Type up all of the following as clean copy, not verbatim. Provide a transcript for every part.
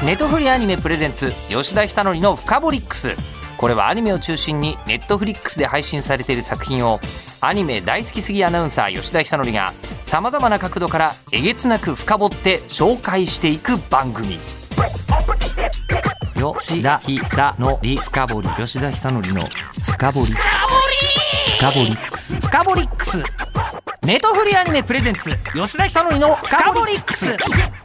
ネトフリアニメプレゼンツ吉田久典のフカボリックス。これはアニメを中心にネットフリックスで配信されている作品をアニメ大好きすぎアナウンサー吉田久典がさまざまな角度からえげつなく深掘って紹介していく番組。吉田久典深掘り、吉田久典の深掘りックス、深掘りックス、深掘りックス。ネトフリアニメプレゼンツ吉田久典の深掘りックス。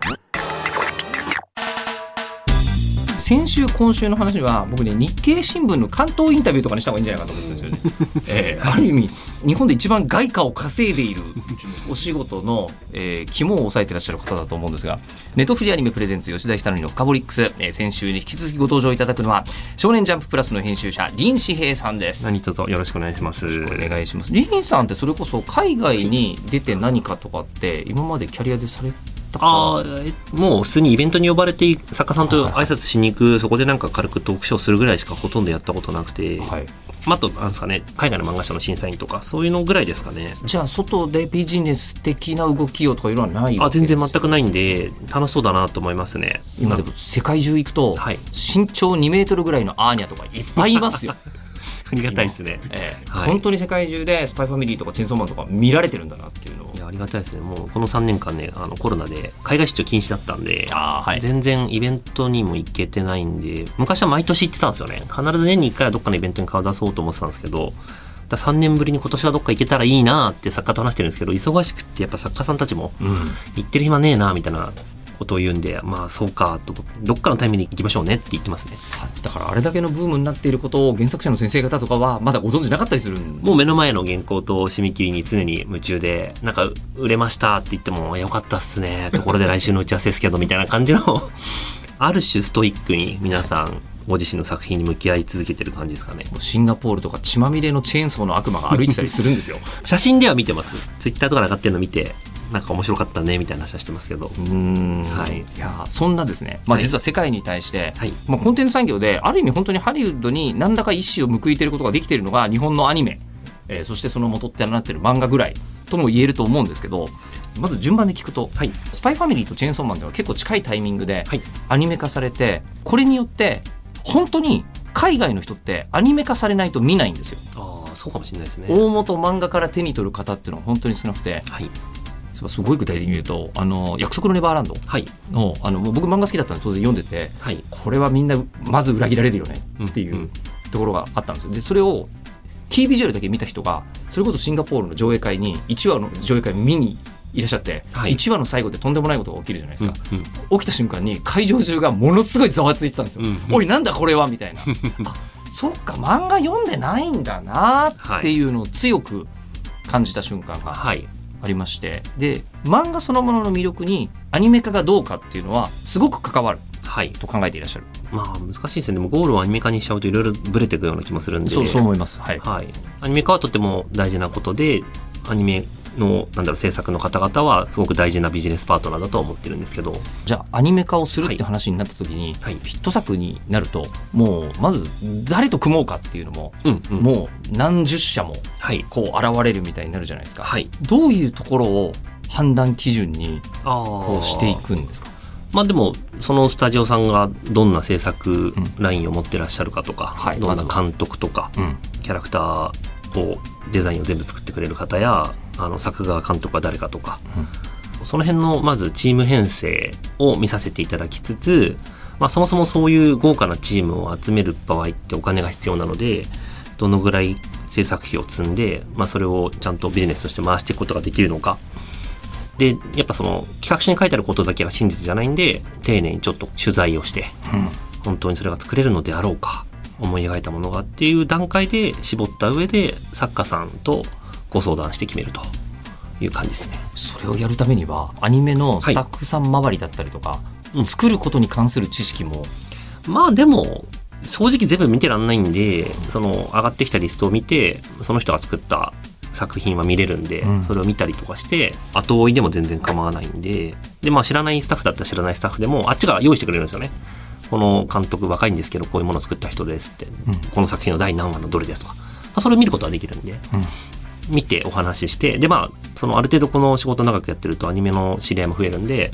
先週今週の話は僕ね、日経新聞の関東インタビューとかにした方がいいんじゃないかと思ってたんですよね。ある意味日本で一番外貨を稼いでいるお仕事の、肝を押さえてらっしゃる方だと思うんですが、ネトフリアニメプレゼンツ吉田久典のフカボリックス、先週に引き続きご登場いただくのは少年ジャンププラスの編集者林志平さんです。 何卒よろしくお願いします。 よろしくお願いします。林さんってそれこそ海外に出て何かとかって今までキャリアでされもう普通にイベントに呼ばれて作家さんと挨拶しに行く、そこでなんか軽くトークショーするぐらいしかほとんどやったことなくて、はい、あとなんですかね、海外の漫画社の審査員とかそういうのぐらいですかね。 じゃあ外でビジネス的な動きをとかいうのはないわけです全然全くないんで楽しそうだなと思いますね。 今でも世界中行くと、はい、身長2メートルぐらいのアーニャとかいっぱいいますよ。 ありがたいですね、 はい、本当に世界中でスパイファミリーとかチェンソーマンとか見られてるんだなっていうのを。 いやありがたいですね。もうこの3年間ね、コロナで海外出張禁止だったんで、 はい、 全然イベントにも行けてないんで、昔は毎年行ってたんですよね。必ず年に1回はどっかのイベントに顔出そうと思ってたんですけど、3年ぶりに今年はどっか行けたらいいなって作家と話してるんですけど、忙しくってやっぱ作家さんたちも行ってる暇ねえなみたいなことを言うんで、まあそうかと、どっかのタイミングで行きましょうねって言ってますね。 だからあれだけのブームになっていることを原作者の先生方とかはまだご存知なかったりするんで。 もう目の前の原稿と締め切りに常に夢中で、なんか売れましたって言ってもよかったっすね、ところで来週の打ち合わせですけどみたいな感じのある種ストイックに皆さんご自身の作品に向き合い続けてる感じですかね。 シンガポールとか血まみれのチェーンソーの悪魔が歩いてたりするんですよ。 写真では見てます。ツイッターとかで上がってるの見て、なんか面白かったねみたいな話はしてますけど、 はい、いやそんなですね、実は世界に対して、はい、コンテンツ産業である意味本当にハリウッドに何らか意思を報いていることができているのが日本のアニメ、そしてその元ってなっている漫画ぐらいとも言えると思うんですけど、まず順番で聞くと、はい、スパイファミリーとチェーンソーマンでは結構近いタイミングでアニメ化されて、これによって本当に海外の人ってアニメ化されないと見ないんですよ。 そうかもしれないですね。 大元漫画から手に取る方っていうのは本当に少なくて、はい、すごい具体的に言うと約束のネバーランドの、はい、僕漫画好きだったので当然読んでて、はい、これはみんなまず裏切られるよねっていうところがあったんですよ。でそれをキービジュアルだけ見た人がそれこそシンガポールの上映会に1話の上映会見にいらっしゃって、はい、1話の最後でとんでもないことが起きるじゃないですか、起きた瞬間に会場中がものすごいざわついてたんですよ、おいなんだこれはみたいなあ、そっか漫画読んでないんだなっていうのを強く感じた瞬間がありまして、で漫画そのものの魅力にアニメ化がどうかっていうのはすごく関わると考えていらっしゃる。 難しいですね。でもゴールをアニメ化にしちゃうといろいろブレていくような気もするんで、 そう思います、はいはい、アニメ化はとても大事なことで、アニメの制作の方々はすごく大事なビジネスパートナーだとは思ってるんですけど、 じゃあアニメ化をするって話になった時に、はい、ヒット作になるともうまず誰と組もうかっていうのも、もう何十社もこう現れるみたいになるじゃないですか、はい、どういうところを判断基準にこうしていくんですか？ でもそのスタジオさんがどんな制作ラインを持ってらっしゃるかとか、どんな監督とか、キャラクターをデザインを全部作ってくれる方や作画監督は誰かとか、その辺のまずチーム編成を見させていただきつつ、そもそもそういう豪華なチームを集める場合ってお金が必要なので、どのぐらい制作費を積んで、それをちゃんとビジネスとして回していくことができるのかで、やっぱその企画書に書いてあることだけが真実じゃないんで、丁寧にちょっと取材をして、本当にそれが作れるのであろうか、思い描いたものがっていう段階で絞った上で作家さんとご相談して決めるという感じですね。 それをやるためにはアニメのスタッフさん周りだったりとか、作ることに関する知識も、 でも正直全部見てらんないんで、その上がってきたリストを見て、その人が作った作品は見れるんで、それを見たりとかして後追いでも全然構わないんで、知らないスタッフだったら知らないスタッフでもあっちが用意してくれるんですよね。この監督若いんですけどこういうものを作った人ですって、この作品の第何話のどれですとか、それを見ることができるんで、見てお話しして、でそのある程度この仕事長くやってるとアニメの知り合いも増えるんで、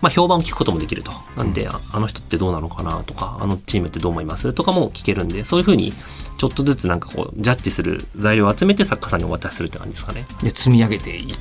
評判を聞くこともできると。なんで、あの人ってどうなのかなとか、あのチームってどう思いますとかも聞けるんで、そういうふうにちょっとずつなんかこうジャッジする材料を集めて作家さんにお渡しするって感じですかね。 で積み上げていって、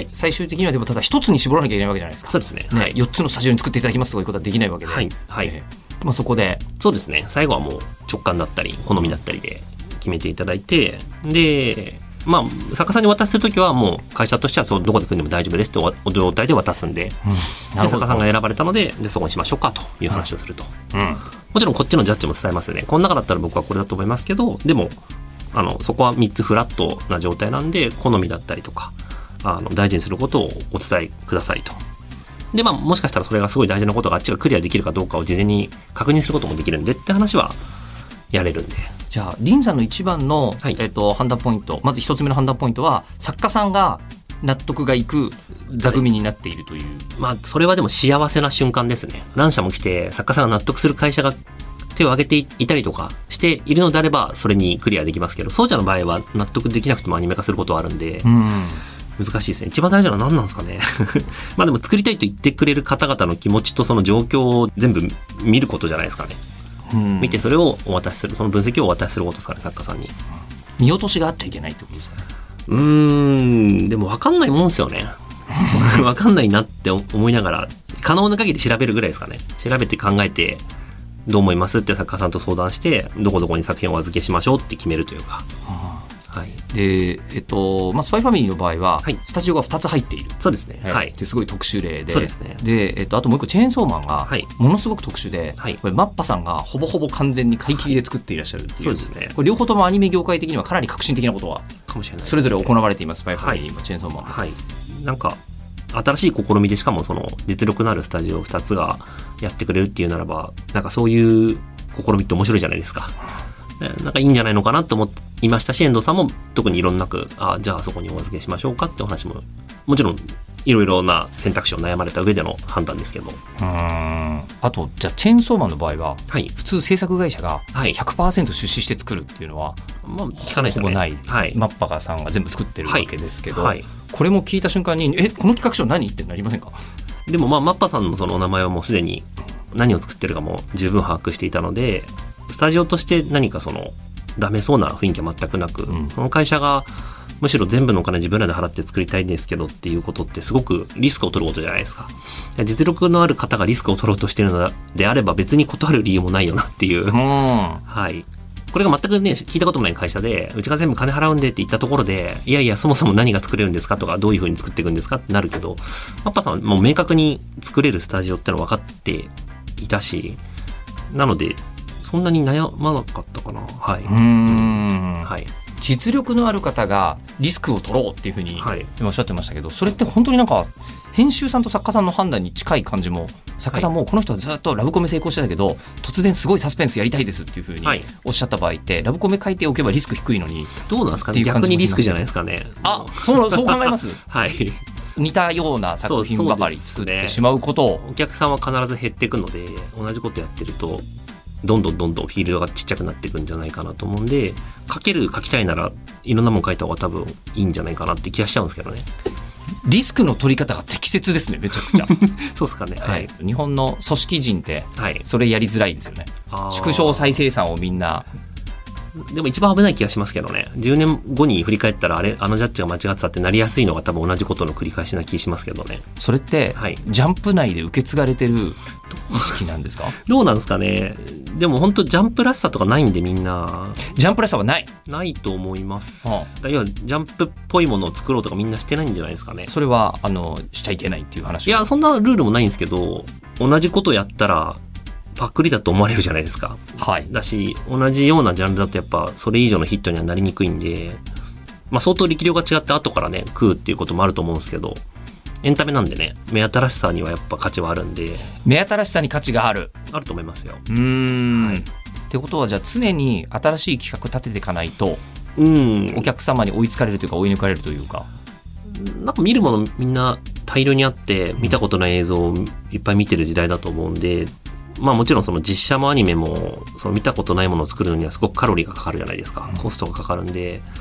最終的にはでもただ一つに絞らなきゃいけないわけじゃないですか。 そうですね。 4つのスタジオに作っていただきますとかいうことはできないわけで、そこでそうですね、最後はもう直感だったり好みだったりで決めていただいて、で作家さんに渡するときはもう会社としてはどこで組んでも大丈夫ですってお状態で渡すんで、作家さんが選ばれたのでそこにしましょうかという話をすると、もちろんこっちのジャッジも伝えますね。この中だったら僕はこれだと思いますけど、でもそこは3つフラットな状態なんで好みだったりとか大事にすることをお伝えくださいと。でもしかしたらそれがすごい大事なことがあっちがクリアできるかどうかを事前に確認することもできるんでって話はやれるんで。 じゃあ林さんの一番の、判断ポイント、まず一つ目の判断ポイントは作家さんが納得がいく座組になっているという、 それはでも幸せな瞬間ですね。何社も来て作家さんが納得する会社が手を挙げていたりとかしているのであればそれにクリアできますけど、そうじゃの場合は納得できなくてもアニメ化することはあるんで、難しいですね。一番大事なのは何なんですかねでも作りたいと言ってくれる方々の気持ちとその状況を全部見ることじゃないですかね。見てそれをお渡しする、その分析をお渡しすることですかね、作家さんに。 見落としがあっちゃいけないってことですかね。でも分かんないもんですよね分かんないなって思いながら可能な限り調べるぐらいですかね。調べて考えてどう思いますって作家さんと相談してどこどこに作品をお預けしましょうって決めるというか。 でスパイファミリーの場合は、スタジオが2つ入っている。 そうですね。 すごい特殊例で、 そうですね。 で、あともう一個チェーンソーマンがものすごく特殊で、これマッパさんがほぼほぼ完全に買い切りで作っていらっしゃるっていう。 そうですね。 これ両方ともアニメ業界的にはかなり革新的なことはかもしれない。 それぞれ行われています。スパイファミリーもチェーンソーマンも。 なんか新しい試みで、しかもその実力のあるスタジオ2つがやってくれるっていうならば、なんかそういう試みって面白いじゃないですか。なんかいいんじゃないのかなと思いましたし、遠藤さんも特にいろんなくじゃあそこにお預けしましょうかってお話ももちろんいろいろな選択肢を悩まれた上での判断ですけど。 あとじゃあチェーンソーマンの場合は、普通制作会社が 100% 出資して作るっていうのは、 聞かないですね。 ほぼない、マッパガさんが全部作ってるわけですけど、これも聞いた瞬間にこの企画書何ってなりませんか？ でもマッパさんのそのお名前はもうすでに何を作ってるかも十分把握していたので、スタジオとして何かそのダメそうな雰囲気は全くなく、その会社がむしろ全部のお金自分らで払って作りたいんですけどっていうことってすごくリスクを取ることじゃないですか。実力のある方がリスクを取ろうとしているのであれば別に断る理由もないよなっていう、これが全くね聞いたこともない会社で、うちが全部金払うんでって言ったところで、いやいやそもそも何が作れるんですかとか、どういう風に作っていくんですかってなるけど、マッパさんはもう明確に作れるスタジオってのは分かっていたし、なのでそんなに悩まなかったかな。 実力のある方がリスクを取ろうっていうふうにおっしゃってましたけど、それって本当になんか編集さんと作家さんの判断に近い感じも、作家さんもこの人はずっとラブコメ成功してたけど突然すごいサスペンスやりたいですっていうふうにおっしゃった場合って、ラブコメ書いておけばリスク低いのに、 どうなんですかね。逆にリスクじゃないですかね。 そう考えます似たような作品ばかり作ってしまうことを、 お客さんは必ず減っていくので、同じことやってるとどんどんフィールドがちっちゃくなっていくんじゃないかなと思うんで、書きたいならいろんなもの書いた方が多分いいんじゃないかなって気がしちゃうんですけどね。 リスクの取り方が適切ですね、めちゃくちゃそうですかね。 日本の組織人ってそれやりづらいですよね。縮小再生産をみんな。 でも一番危ない気がしますけどね。10年後に振り返ったらあのジャッジが間違ってたってなりやすいのが多分同じことの繰り返しな気しますけどね。 それって、ジャンプ内で受け継がれてる意識なんですか？ どうなんですかね。でも本当ジャンプらしさとかないんで、みんなジャンプらしさはないと思います。要はジャンプっぽいものを作ろうとかみんなしてないんじゃないですかね。 それはしちゃいけないっていう話？ いや、そんなルールもないんですけど、同じことやったらパクリだと思われるじゃないですか。だし同じようなジャンルだとやっぱそれ以上のヒットにはなりにくいんで、相当力量が違って後からね食うっていうこともあると思うんですけど、エンタメなんでね、目新しさにはやっぱ価値はあるんで。 目新しさに価値があると思いますよ。 ってことはじゃあ常に新しい企画立てていかないと、お客様に追いつかれるというか追い抜かれるというか、 なんか見るものみんな大量にあって見たことない映像をいっぱい見てる時代だと思うんで、もちろんその実写もアニメもその見たことないものを作るのにはすごくカロリーがかかるじゃないですか。コストがかかるんで、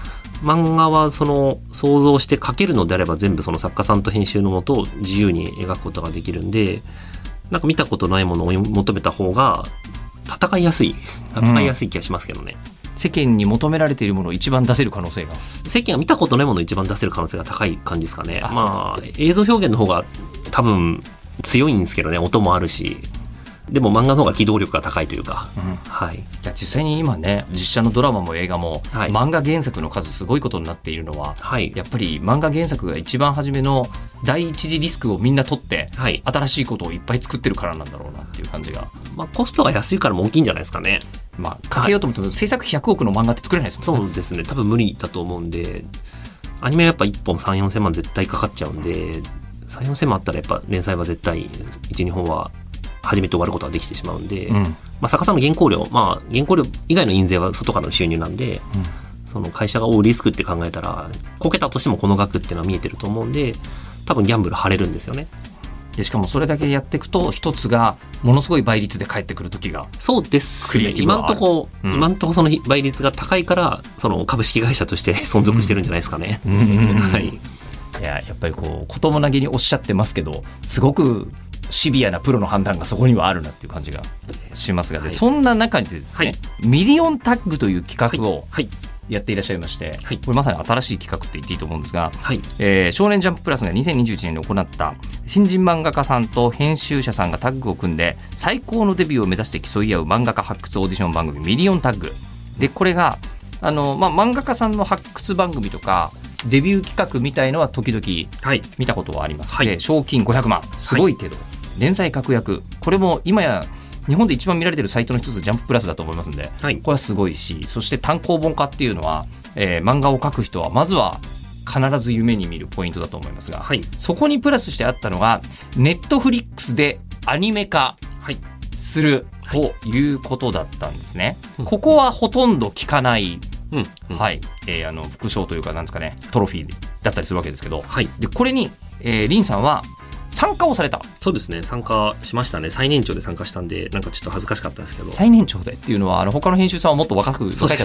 漫画はその想像して描けるのであれば全部その作家さんと編集のもと自由に描くことができるんで、なんか見たことないものを求めた方が戦いやすい気がしますけどね。 世間に求められているものを一番出せる可能性が、 世間が見たことないものを一番出せる可能性が高い感じですかね。まあ映像表現の方が多分強いんですけどね、音もあるし、でも漫画の方が機動力が高いというか、はい、いや実際に今ね、実写のドラマも映画も、漫画原作の数すごいことになっているのは、やっぱり漫画原作が一番初めの第一次リスクをみんな取って、新しいことをいっぱい作ってるからなんだろうなっていう感じが、 コストが安いからも大きいんじゃないですかね。 かけようと思っても制作100億の漫画って作れないですもんね。 そうですね、多分無理だと思うんで、アニメはやっぱ1本 3,4 千万絶対かかっちゃうんで、3,4 千万あったらやっぱ連載は絶対 1,2 本は初めて終わることができてしまうんで、作家さんの原稿料、原稿料以外の印税は外からの収入なんで、その会社が負うリスクって考えたらこけたとしてもこの額っていうのは見えてると思うんで、多分ギャンブル張れるんですよね。 でしかもそれだけやっていくと一つがものすごい倍率で返ってくる時が、 そうですね、今んとこその倍率が高いからその株式会社として存続してるんじゃないですかね。 やっぱりこう子供投げにおっしゃってますけど、すごくシビアなプロの判断がそこにはあるなっていう感じがしますが、そんな中にですね、ミリオンタッグという企画をやっていらっしゃいまして、これまさに新しい企画って言っていいと思うんですが、少年ジャンププラスが2021年に行った新人漫画家さんと編集者さんがタッグを組んで最高のデビューを目指して競い合う漫画家発掘オーディション番組ミリオンタッグで、これが漫画家さんの発掘番組とかデビュー企画みたいのは時々見たことはあります、賞金500万すごいけど、連載確約、これも今や日本で一番見られてるサイトの一つジャンププラスだと思いますんで、これはすごいし、そして単行本化っていうのは、漫画を描く人はまずは必ず夢に見るポイントだと思いますが、そこにプラスしてあったのがネットフリックスでアニメ化するということだったんですね。ここはほとんど聞かない副賞というかなんですかね、トロフィーだったりするわけですけど、でこれに、リンさんは参加をされた。 そうですね、参加しましたね。最年長で参加したんで、なんかちょっと恥ずかしかったんですけど。 最年長でっていうのは他の編集さんはもっと若い方が多かった。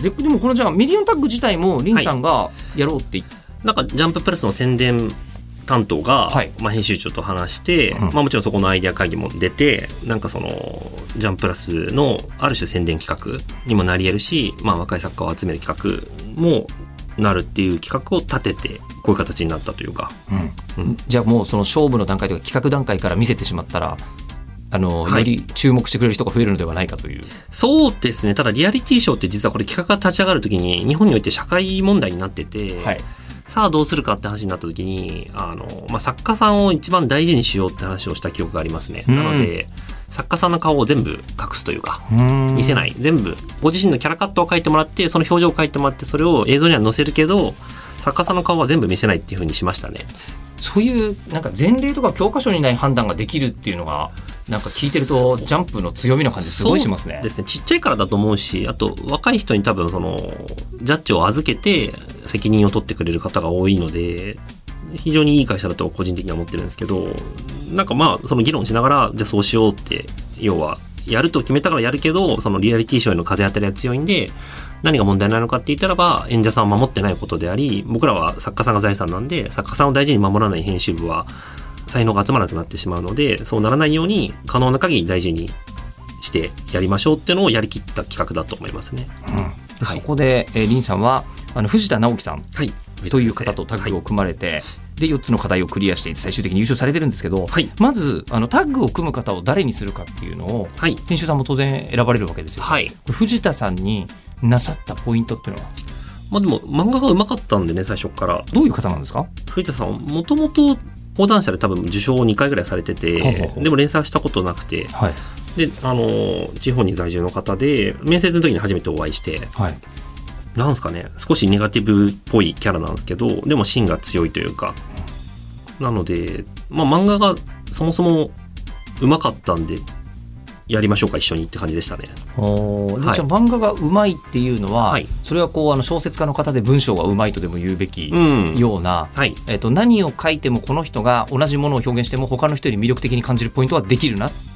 でもこのじゃあミリオンタッグ自体もリンさんがやろうって言って、 なんかジャンププラスの宣伝担当が、編集長と話して、もちろんそこのアイデア会議も出て、なんかそのジャンププラスのある種宣伝企画にもなり得るし、若い作家を集める企画もなるっていう企画を立ててこういう形になったというか、 じゃあもうその勝負の段階とか企画段階から見せてしまったらより注目してくれる人が増えるのではないかという。 そうですね。ただリアリティショーって実はこれ企画が立ち上がるときに日本において社会問題になってて、さあどうするかって話になったときに作家さんを一番大事にしようって話をした記憶がありますね。なので作家さんの顔を全部隠すというか見せない、全部ご自身のキャラカットを描いてもらって、その表情を描いてもらって、それを映像には載せるけど作家さんの顔は全部見せないっていう風にしましたね。 そういうなんか前例とか教科書にない判断ができるっていうのがなんか聞いてるとジャンプの強みの感じすごいしますね。 そうですね。ちっちゃいからだと思うし、あと若い人に多分そのジャッジを預けて責任を取ってくれる方が多いので、非常にいい会社だと個人的には思ってるんですけど、なんかその議論しながらじゃあそうしようって、要はやると決めたからやるけど、そのリアリティショーへの風当たりが強いんで、何が問題なのかって言ったらば演者さんを守ってないことであり、僕らは作家さんが財産なんで、作家さんを大事に守らない編集部は才能が集まらなくなってしまうので、そうならないように可能な限り大事にしてやりましょうっていうのをやりきった企画だと思いますね。 そこで、リンさんは藤田直樹さんという方とタッグを組まれて、で4つの課題をクリアしていて最終的に優勝されてるんですけど、まずタッグを組む方を誰にするかっていうのを、編集さんも当然選ばれるわけですよ、藤田さんになさったポイントっていうのは。 でも漫画がうまかったんでね、最初から。 どういう方なんですか？ 藤田さんはもともと講談社で多分受賞を2回ぐらいされてて、でも連載はしたことなくて、で地方に在住の方で面接の時に初めてお会いして、なんですかね、少しネガティブっぽいキャラなんですけど、でも芯が強いというか、なので、漫画がそもそもうまかったんでやりましょうか一緒にって感じでしたね。 漫画がうまいっていうのは、それはこう小説家の方で文章がうまいとでも言うべきような、何を書いてもこの人が同じものを表現しても他の人より魅力的に感じるポイントはできるなっ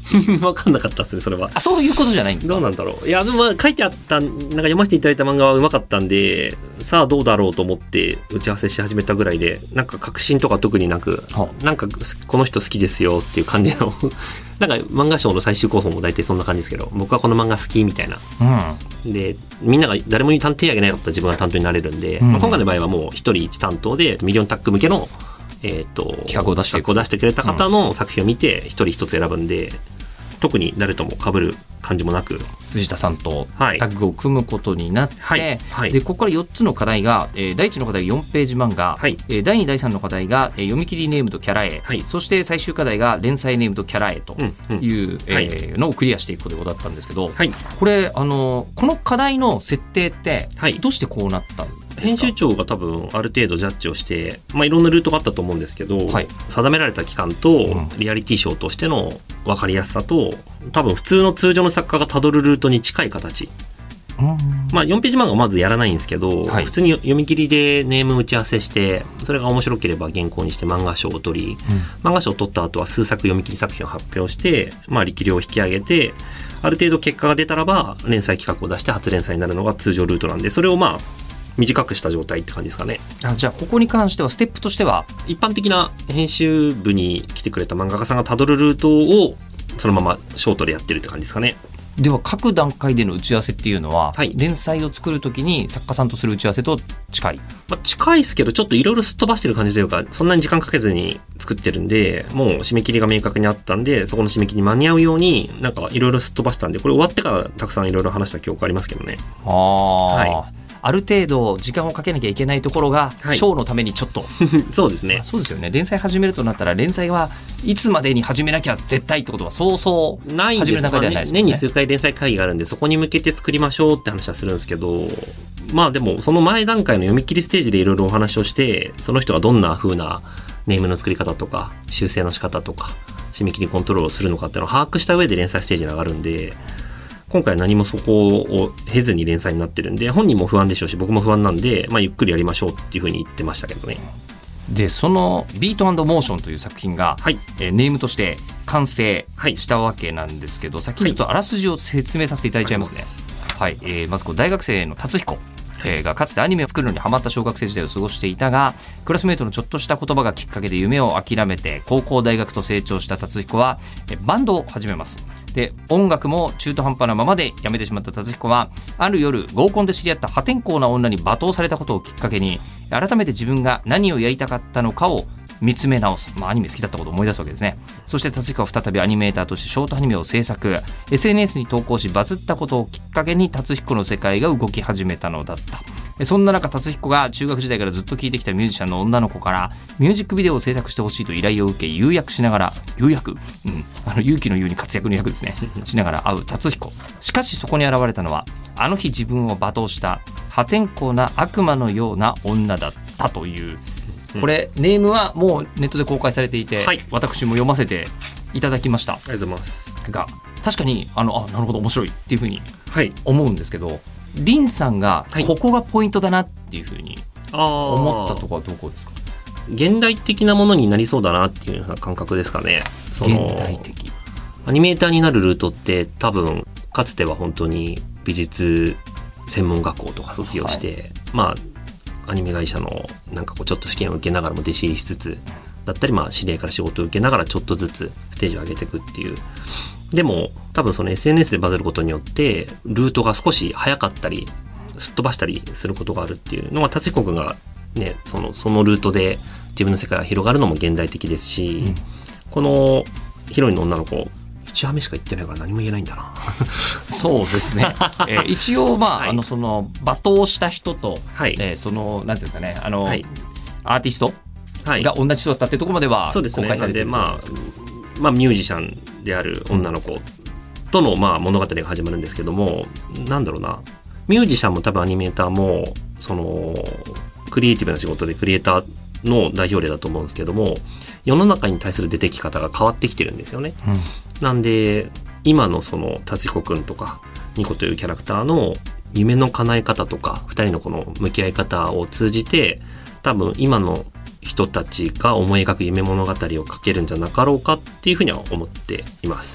分かんなかったですねそれは。 そういうことじゃないんですか？ どうなんだろう。いやでも書いてあったなんか読ませていただいた漫画はうまかったんで、さあどうだろうと思って打ち合わせし始めたぐらいで、なんか確信とか特になく、なんかこの人好きですよっていう感じのなんか漫画賞の最終候補も大体そんな感じですけど、僕はこの漫画好きみたいな、でみんなが誰も担当あげないかったら自分が担当になれるんで、今回の場合はもう一人一担当でミリオンタック向けの企画を出してくれた方の作品を見て一人一つ選ぶんで、特に誰とも被る感じもなく藤田さんとタッグを組むことになって、でここから4つの課題が、第1の課題4ページ漫画、第2第3の課題が、読み切りネームとキャラ絵、そして最終課題が連載ネームとキャラ絵という、のをクリアしていくことだったんですけど、これこの課題の設定ってどうしてこうなったんですか？ 編集長が多分ある程度ジャッジをして、いろんなルートがあったと思うんですけど、定められた期間とリアリティショーとしての分かりやすさと、多分普通の通常の作家がたどるルートに近い形、4ページ漫画はまずやらないんですけど、普通に読み切りでネーム打ち合わせして、それが面白ければ原稿にして漫画賞を取り、漫画賞を取った後は数作読み切り作品を発表して、力量を引き上げて、ある程度結果が出たらば連載企画を出して初連載になるのが通常ルートなんで、それを短くした状態って感じですかね。 じゃあここに関してはステップとしては一般的な編集部に来てくれた漫画家さんがたどるルートをそのままショートでやってるって感じですかね。 では各段階での打ち合わせっていうのは、連載を作るときに作家さんとする打ち合わせと近い、 近いですけどちょっといろいろすっ飛ばしてる感じというか、そんなに時間かけずに作ってるんで、もう締め切りが明確にあったんで、そこの締め切りに間に合うようになんかいろいろすっ飛ばしたんで、これ終わってからたくさんいろいろ話した記憶ありますけどね。 ある程度時間をかけなきゃいけないところが、ショーのためにちょっとそうですね。 そうですよね。連載始めるとなったら連載はいつまでに始めなきゃ絶対ってことはそうそうないんです。 始める中ではないですもんね。 年に数回連載会議があるんで、そこに向けて作りましょうって話はするんですけど、でもその前段階の読み切りステージでいろいろお話をして、その人がどんな風なネームの作り方とか修正の仕方とか締め切りコントロールをするのかっていうのを把握した上で連載ステージに上がるんで、今回は何もそこを経ずに連載になってるんで、本人も不安でしょうし僕も不安なんで、ゆっくりやりましょうっていうふうに言ってましたけどね。 でそのビート&モーションという作品が、ネームとして完成したわけなんですけど、先にちょっとあらすじを説明させていただいちゃいますね。まず大学生の達彦がかつてアニメを作るのにハマった小学生時代を過ごしていたが、クラスメートのちょっとした言葉がきっかけで夢を諦めて高校大学と成長した達彦はバンドを始めます。で音楽も中途半端なままで辞めてしまった達彦は、ある夜合コンで知り合った破天荒な女に罵倒されたことをきっかけに、改めて自分が何をやりたかったのかを見つめ直す、アニメ好きだったことを思い出すわけですね。そして達彦は再びアニメーターとしてショートアニメを制作、 SNS に投稿しバズったことをきっかけに達彦の世界が動き始めたのだった。そんな中達彦が中学時代からずっと聴いてきたミュージシャンの女の子からミュージックビデオを制作してほしいと依頼を受け、勇気の言うに活躍の役ですねしながら会う達彦。しかしそこに現れたのは、あの日自分を罵倒した破天荒な悪魔のような女だったという、これネームはもうネットで公開されていて、私も読ませていただきました。 ありがとうございますが、確かになるほど面白いっていうふうに思うんですけど、リンさんがここがポイントだなっていうふうに思ったところはどこですか？ 現代的なものになりそうだなっていうような感覚ですかね。 現代的アニメーターになるルートって多分かつては本当に美術専門学校とか卒業して、アニメ会社のちょっと試験を受けながらも弟子入りしつつだったり、知り合いから仕事を受けながらちょっとずつステージを上げていくっていう。でも多分その SNS でバズることによってルートが少し早かったりすっ飛ばしたりすることがあるっていうのは、達彦君がねそのルートで自分の世界が広がるのも現代的ですし、このヒロインの女の子1話目しか言ってないから何も言えないんだなそうですね、一応その罵倒した人と、そのなんていうんですかね、アーティストが同じ人だったっていうところまでは公開されてる。 ミュージシャンである女の子との物語が始まるんですけども、ミュージシャンも多分アニメーターもそのクリエイティブな仕事でクリエイターの代表例だと思うんですけども、世の中に対する出てき方が変わってきてるんですよね。なんで今のその達彦くんとかニコというキャラクターの夢の叶え方とか2人のこの向き合い方を通じて、多分今の人たちが思い描く夢物語を書けるんじゃなかろうかっていうふうには思っています。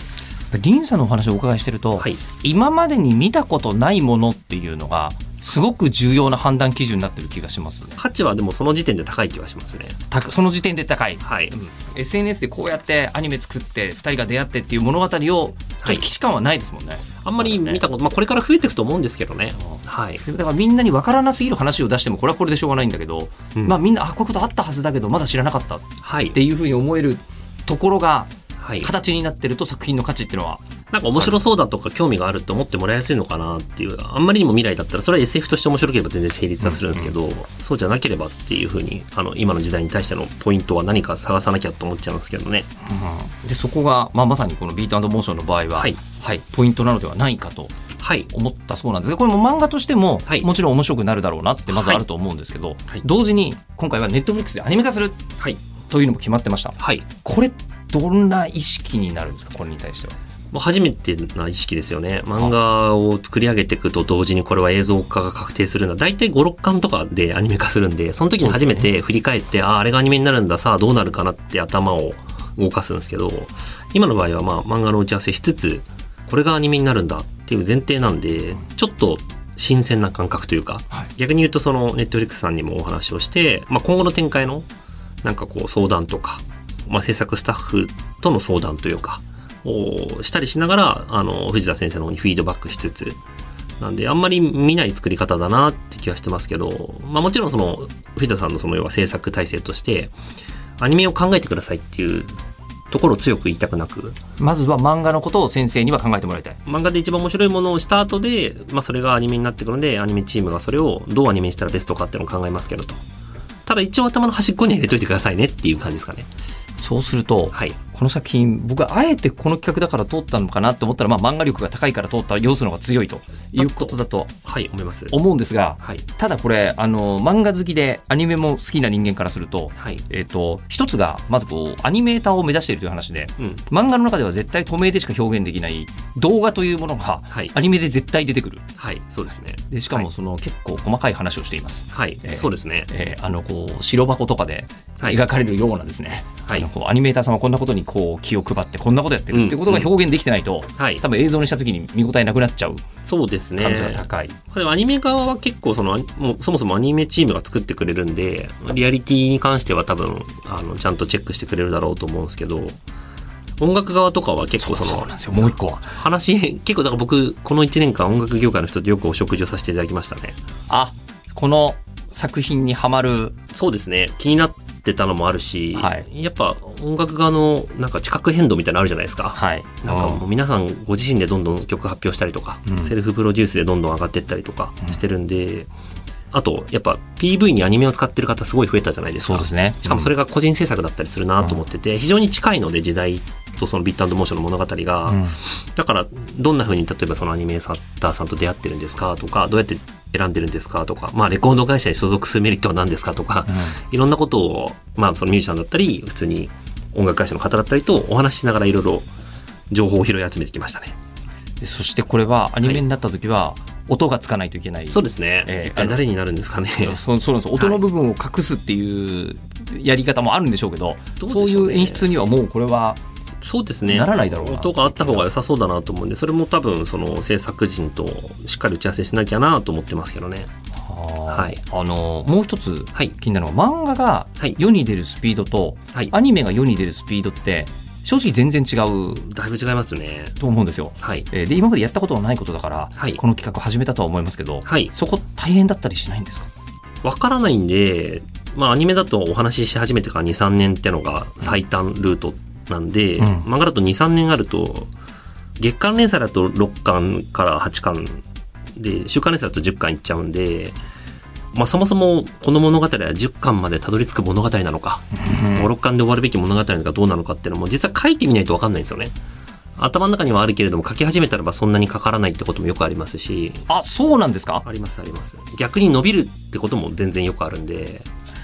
リンさんのお話をお伺いしてると、はい、今までに見たことないものっていうのがすごく重要な判断基準になってる気がしますね。 価値はでもその時点で高い気はしますね。 その時点で高い、 はい、 SNS でこうやってアニメ作って2人が出会ってっていう物語をちょっと既視感はないですもんね、はい、 あんまり見たこと、これから増えていくと思うんですけどね、はい、 だからみんなに分からなすぎる話を出してもこれはこれでしょうがないんだけど、みんなこういうことあったはずだけどまだ知らなかったっていうふうに思えるところが形になってると作品の価値っていうのはなんか面白そうだとか興味があると思ってもらいやすいのかなっていう。あんまりにも未来だったらそれは SF として面白ければ全然成立はするんですけど、そうじゃなければっていうふうに今の時代に対してのポイントは何か探さなきゃと思っちゃいますけどね、 でそこが、まさにこのビート&モーションの場合は、ポイントなのではないかと思ったそうなんですが、これも漫画としても、もちろん面白くなるだろうなってまずあると思うんですけど、同時に今回はネットフリックスでアニメ化する、というのも決まってました、これどんな意識になるんですか、これに対しては。 初めてな意識ですよね。漫画を作り上げていくと同時にこれは映像化が確定するのは大体 5,6 巻とかでアニメ化するんで、その時に初めて振り返って、あれがアニメになるんだ、さあどうなるかなって頭を動かすんですけど、今の場合は漫画の打ち合わせしつつこれがアニメになるんだっていう前提なんで、ちょっと新鮮な感覚というか、逆に言うとそのネットフリックスさんにもお話をして、今後の展開のなんかこう相談とか、制作スタッフとの相談というかをしたりしながら藤田先生の方にフィードバックしつつなんで、あんまり見ない作り方だなって気はしてますけど、もちろんその藤田さんのその要は制作体制としてアニメを考えてくださいっていうところを強く言いたくなく、 まずは漫画のことを先生には考えてもらいたい。 漫画で一番面白いものをした後で、それがアニメになってくるので、アニメチームがそれをどうアニメにしたらベストかっていうのを考えますけどと。ただ一応頭の端っこに入れといてくださいねっていう感じですかね。 そうすると、この作品僕はあえてこの企画だから通ったのかなって思ったら、漫画力が高いから通った要素の方が強いということだと思うんですが、ただこれ漫画好きでアニメも好きな人間からすると、一つがまずこうアニメーターを目指しているという話で、漫画の中では絶対透明でしか表現できない動画というものがアニメで絶対出てくる、 そうですね。 でしかもその結構細かい話をしています。 そうですね。 こう白箱とかで描かれるようなですね、こうアニメーターさんはこんなことにこう気を配ってこんなことやってるっていうことが表現できてないと、多分映像にした時に見応えなくなっちゃう。 そうですね。 可能性が高い。 でもアニメ側は結構もうそもそもアニメチームが作ってくれるんで、リアリティに関しては多分ちゃんとチェックしてくれるだろうと思うんですけど、音楽側とかは結構そうなんですよ。もう一個は話結構だから僕この1年間音楽業界の人とよくお食事をさせていただきましたね。 この作品にハマる。 そうですね。気になってたのもあるし、やっぱ音楽側のなんか地殻変動みたいなのあるじゃないですか。なんかもう皆さんご自身でどんどん曲発表したりとか、セルフプロデュースでどんどん上がっていったりとかしてるんで、あとやっぱ PV にアニメを使ってる方すごい増えたじゃないですか。 そうですね。 しかもそれが個人制作だったりするなと思ってて、非常に近いので時代とそのビット&モーションの物語が、だからどんな風に例えばそのアニメーターさんと出会ってるんですかとか、どうやって選んでるんですかとか、レコード会社に所属するメリットは何ですかとか、いろんなことを、そのミュージシャンだったり普通に音楽会社の方だったりとお話ししながらいろいろ情報を拾い集めてきましたね。 でそしてこれはアニメになった時は、音がつかないといけない。 そうですね。一体誰になるんですかね。 そうなんです。音の部分を隠すっていうやり方もあるんでしょうけど、そういう演出にはもうこれはそうですね。 ならないだろうな。 音があった方が良さそうだなと思うんで、それも多分その制作陣としっかり打ち合わせしなきゃなと思ってますけどね。 もう一つ気になるのは、漫画が世に出るスピードと、アニメが世に出るスピードって正直全然違う。 だいぶ違いますね。 と思うんですよ。で今までやったことがないことだから、この企画始めたとは思いますけど、そこ大変だったりしないんですか？ わからないんで、アニメだとお話しし始めてから 2,3 年ってのが最短ルートなんで、漫画だと 2,3 年あると、月刊連載だと6巻から8巻で、週刊連載だと10巻いっちゃうんで、そもそもこの物語は10巻までたどり着く物語なのか、5、6巻で終わるべき物語なのかどうなのかっていうのも実は書いてみないと分かんないんですよね。頭の中にはあるけれども書き始めたらばそんなにかからないってこともよくありますし。 そうなんですか？ ありますあります。逆に伸びるってことも全然よくあるんで。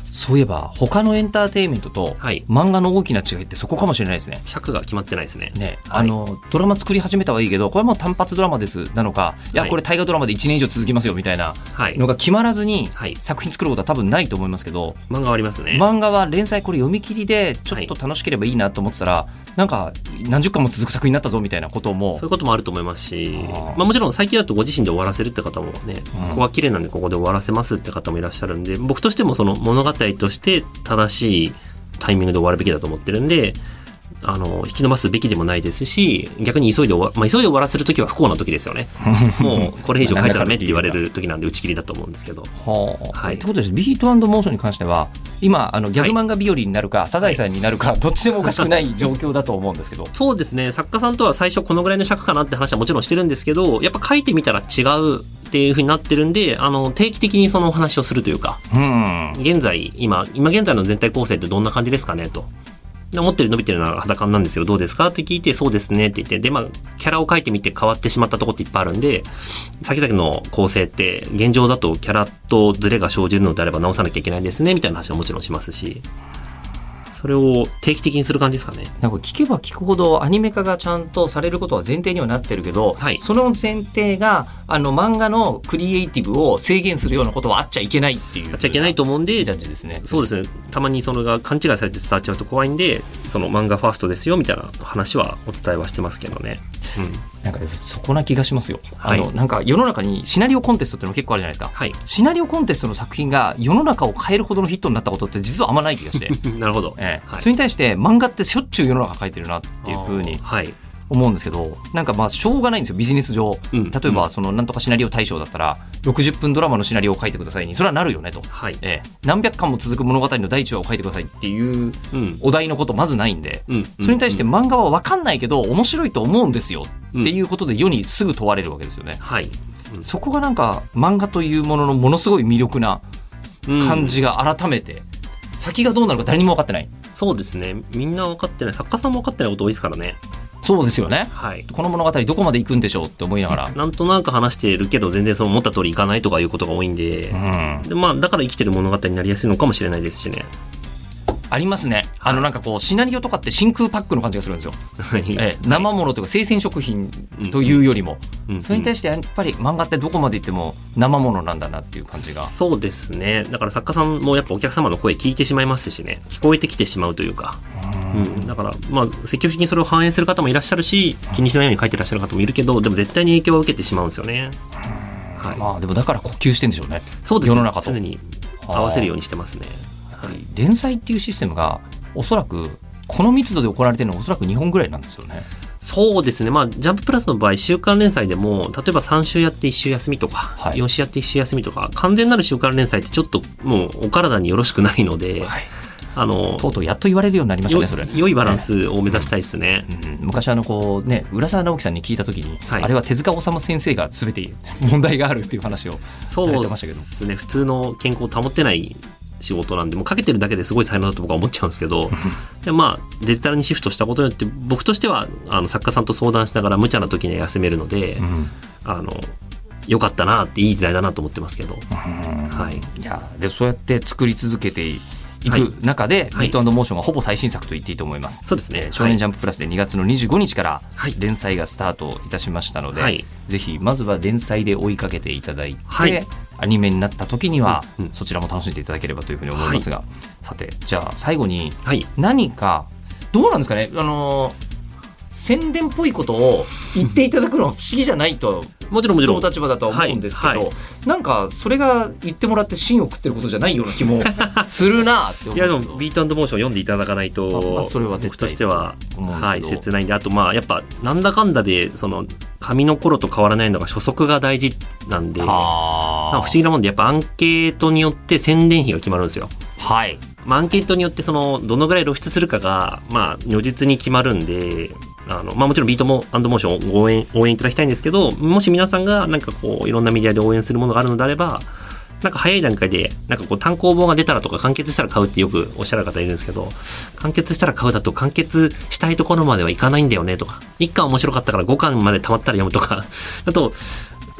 そういえば他のエンターテインメントと漫画の大きな違いってそこかもしれないですね。 尺が決まってないですね。 ドラマ作り始めたはいいけどこれはもう単発ドラマですなのか、いやこれ大河ドラマで1年以上続きますよみたいなのが決まらずに作品作ることは多分ないと思いますけど、 漫画はありますね。 漫画は連載これ読み切りでちょっと楽しければいいなと思ってたら、なんか何十巻も続く作品になったぞみたいなことも、 そういうこともあると思いますし、もちろん最近だとご自身で終わらせるって方もね、ここは綺麗なんでここで終わらせますって方もいらっしゃるんで、僕としてもその物語として正しいタイミングで終わるべきだと思ってるんで、引き延ばすべきでもないですし、逆に急いで終わらせるときは不幸な時ですよね。もうこれ以上書いちゃダメって言われる時なんで打ち切りだと思うんですけど。 はい。ということです。ビート&モーションに関しては今ギャグ漫画日和になるか、サザエさんになるか、どっちでもおかしくない状況だと思うんですけど。 そうですね。作家さんとは最初このぐらいの尺かなって話はもちろんしてるんですけど、やっぱ書いてみたら違うっていう風になってるんで、定期的にそのお話をするというか、現在今現在の全体構成ってどんな感じですかねと。で思ってる伸びてるのは裸なんですよどうですかって聞いて、そうですねって言って、でキャラを描いてみて変わってしまったところっていっぱいあるんで、先々の構成って現状だとキャラとズレが生じるのであれば直さなきゃいけないですねみたいな話はもちろんしますし、それを定期的にする感じですかね。 なんか聞けば聞くほどアニメ化がちゃんとされることは前提にはなってるけど、その前提が漫画のクリエイティブを制限するようなことはあっちゃいけないっていう、 あっちゃいけないと思うんで、 ジャッジですね。 そうですね。たまにそれが勘違いされて伝わっちゃうと怖いんで、その漫画ファーストですよみたいな話はお伝えはしてますけどね。 なんかそこな気がしますよ。なんか世の中にシナリオコンテストっていうの結構あるじゃないですか。シナリオコンテストの作品が世の中を変えるほどのヒットになったことって実はあんまない気がしてなるほど、 それに対して漫画ってしょっちゅう世の中変えてるなっていうふうに思うんですけど、なんかしょうがないんですよビジネス上。例えばそのなんとかシナリオ大賞だったら60分ドラマのシナリオを書いてくださいにそれはなるよねと、何百巻も続く物語の第1話を書いてくださいっていうお題のことまずないんで、それに対して漫画は分かんないけど面白いと思うんですよっていうことで世にすぐ問われるわけですよね。そこがなんか漫画というもののものすごい魅力な感じが改めて、先がどうなるか誰にも分かってない。 そうですね。みんな分かってない、作家さんも分かってないこと多いですからね。 そうですよね、この物語どこまで行くんでしょうって思いながらなんとなく話してるけど全然その思った通りいかないとかいうことが多いんで、でだから生きてる物語になりやすいのかもしれないですしね。 ありますね。なんかこうシナリオとかって真空パックの感じがするんですよ生ものというか生鮮食品というよりも、それに対してやっぱり漫画ってどこまで行っても生ものなんだなっていう感じが。 そうですね。だから作家さんもやっぱお客様の声聞いてしまいますしね、聞こえてきてしまうというか、だから積極的にそれを反映する方もいらっしゃるし、気にしないように書いてらっしゃる方もいるけど、でも絶対に影響を受けてしまうんですよね。 でもだから呼吸してんでしょうね。 そうですね。 世の中と常に合わせるようにしてますね。 連載っていうシステムがおそらくこの密度で行われているのはおそらく2本ぐらいなんですよね。 そうですね。ジャンププラスの場合週刊連載でも例えば3週やって1週休みとか、4週やって1週休みとか、完全なる週刊連載ってちょっともうお体によろしくないので、 とうとうやっと言われるようになりましたね。それ良いバランスを目指したいですね。 昔こうね、浦沢直樹さんに聞いた時に、あれは手塚治虫先生が全て問題があるっていう話をされてましたけど。 そうですね。普通の健康を保ってない仕事なんで、もうかけてるだけですごい才能だと僕は思っちゃうんですけどでデジタルにシフトしたことによって僕としては作家さんと相談しながら無茶な時には休めるので、よかったなっていい時代だなと思ってますけど、 いやでそうやって作り続けていく中で、ビート&モーションがほぼ最新作と言っていいと思います。 そうですね。 少年ジャンププラスで2月の25日から連載がスタートいたしましたので、ぜひまずは連載で追いかけていただいて、アニメになった時にはそちらも楽しんでいただければというふうに思いますが、さてじゃあ最後に何かどうなんですかね、宣伝っぽいことを言っていただくのは不思議じゃないともちろんお立場だとは思うんですけど、なんかそれが言ってもらって芯を食ってることじゃないような気もするなって思う。 いやでもビート&モーション読んでいただかないと、それは僕としては切ないんで、あとやっぱなんだかんだでその紙の頃と変わらないのが初速が大事なんで、不思議なもんでやっぱアンケートによって宣伝費が決まるんですよ。アンケートによってそのどのぐらい露出するかが如実に決まるんで、もちろんビート&モーションを応援いただきたいんですけど、もし皆さんがなんかこういろんなメディアで応援するものがあるのであれば、なんか早い段階でなんかこう単行本が出たらとか完結したら買うってよくおっしゃる方いるんですけど、完結したら買うだと完結したいところまではいかないんだよねとか、1巻面白かったから5巻まで溜まったら読むとかだと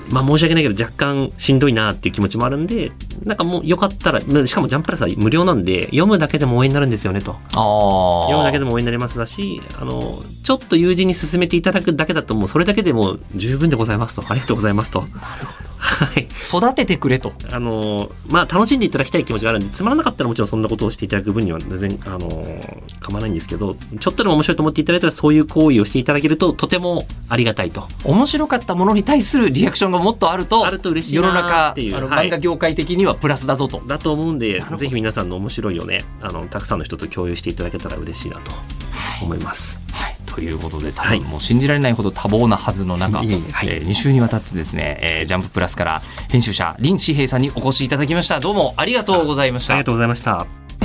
申し訳ないけど若干しんどいなっていう気持ちもあるんで、なんかもうよかったら、しかもジャンププラスは無料なんで読むだけでも応援になるんですよねと。読むだけでも応援になりますだし、ちょっと友人に勧めていただくだけだともうそれだけでも十分でございますと。ありがとうございますと。なるほど。はい、 育ててくれと。 楽しんでいただきたい気持ちがあるんで、つまらなかったらもちろんそんなことをしていただく分には全然構わないんですけど、ちょっとでも面白いと思っていただいたらそういう行為をしていただけるととてもありがたいと。 面白かったものに対するリアクションがもっとあると嬉しいなっていう、 世の中漫画業界的にはプラスだぞと。 だと思うんで、ぜひ皆さんの面白いをね、たくさんの人と共有していただけたら嬉しいなと思います。 はい、ということで、多分もう信じられないほど多忙なはずの中、2週にわたってですね、ジャンププラスから編集者林志平さんにお越しいただきました。どうもありがとうございました。 ありがとうございました。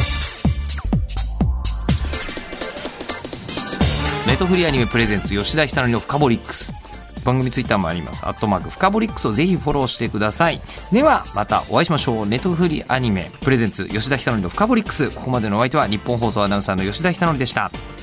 ネトフリアニメプレゼンツ吉田久典のフカボリックス、番組ツイッターもあります。@フカボリックスをぜひフォローしてください。ではまたお会いしましょう。ネトフリアニメプレゼンツ吉田久典のフカボリックス、ここまでのお相手は日本放送アナウンサーの吉田久典でした。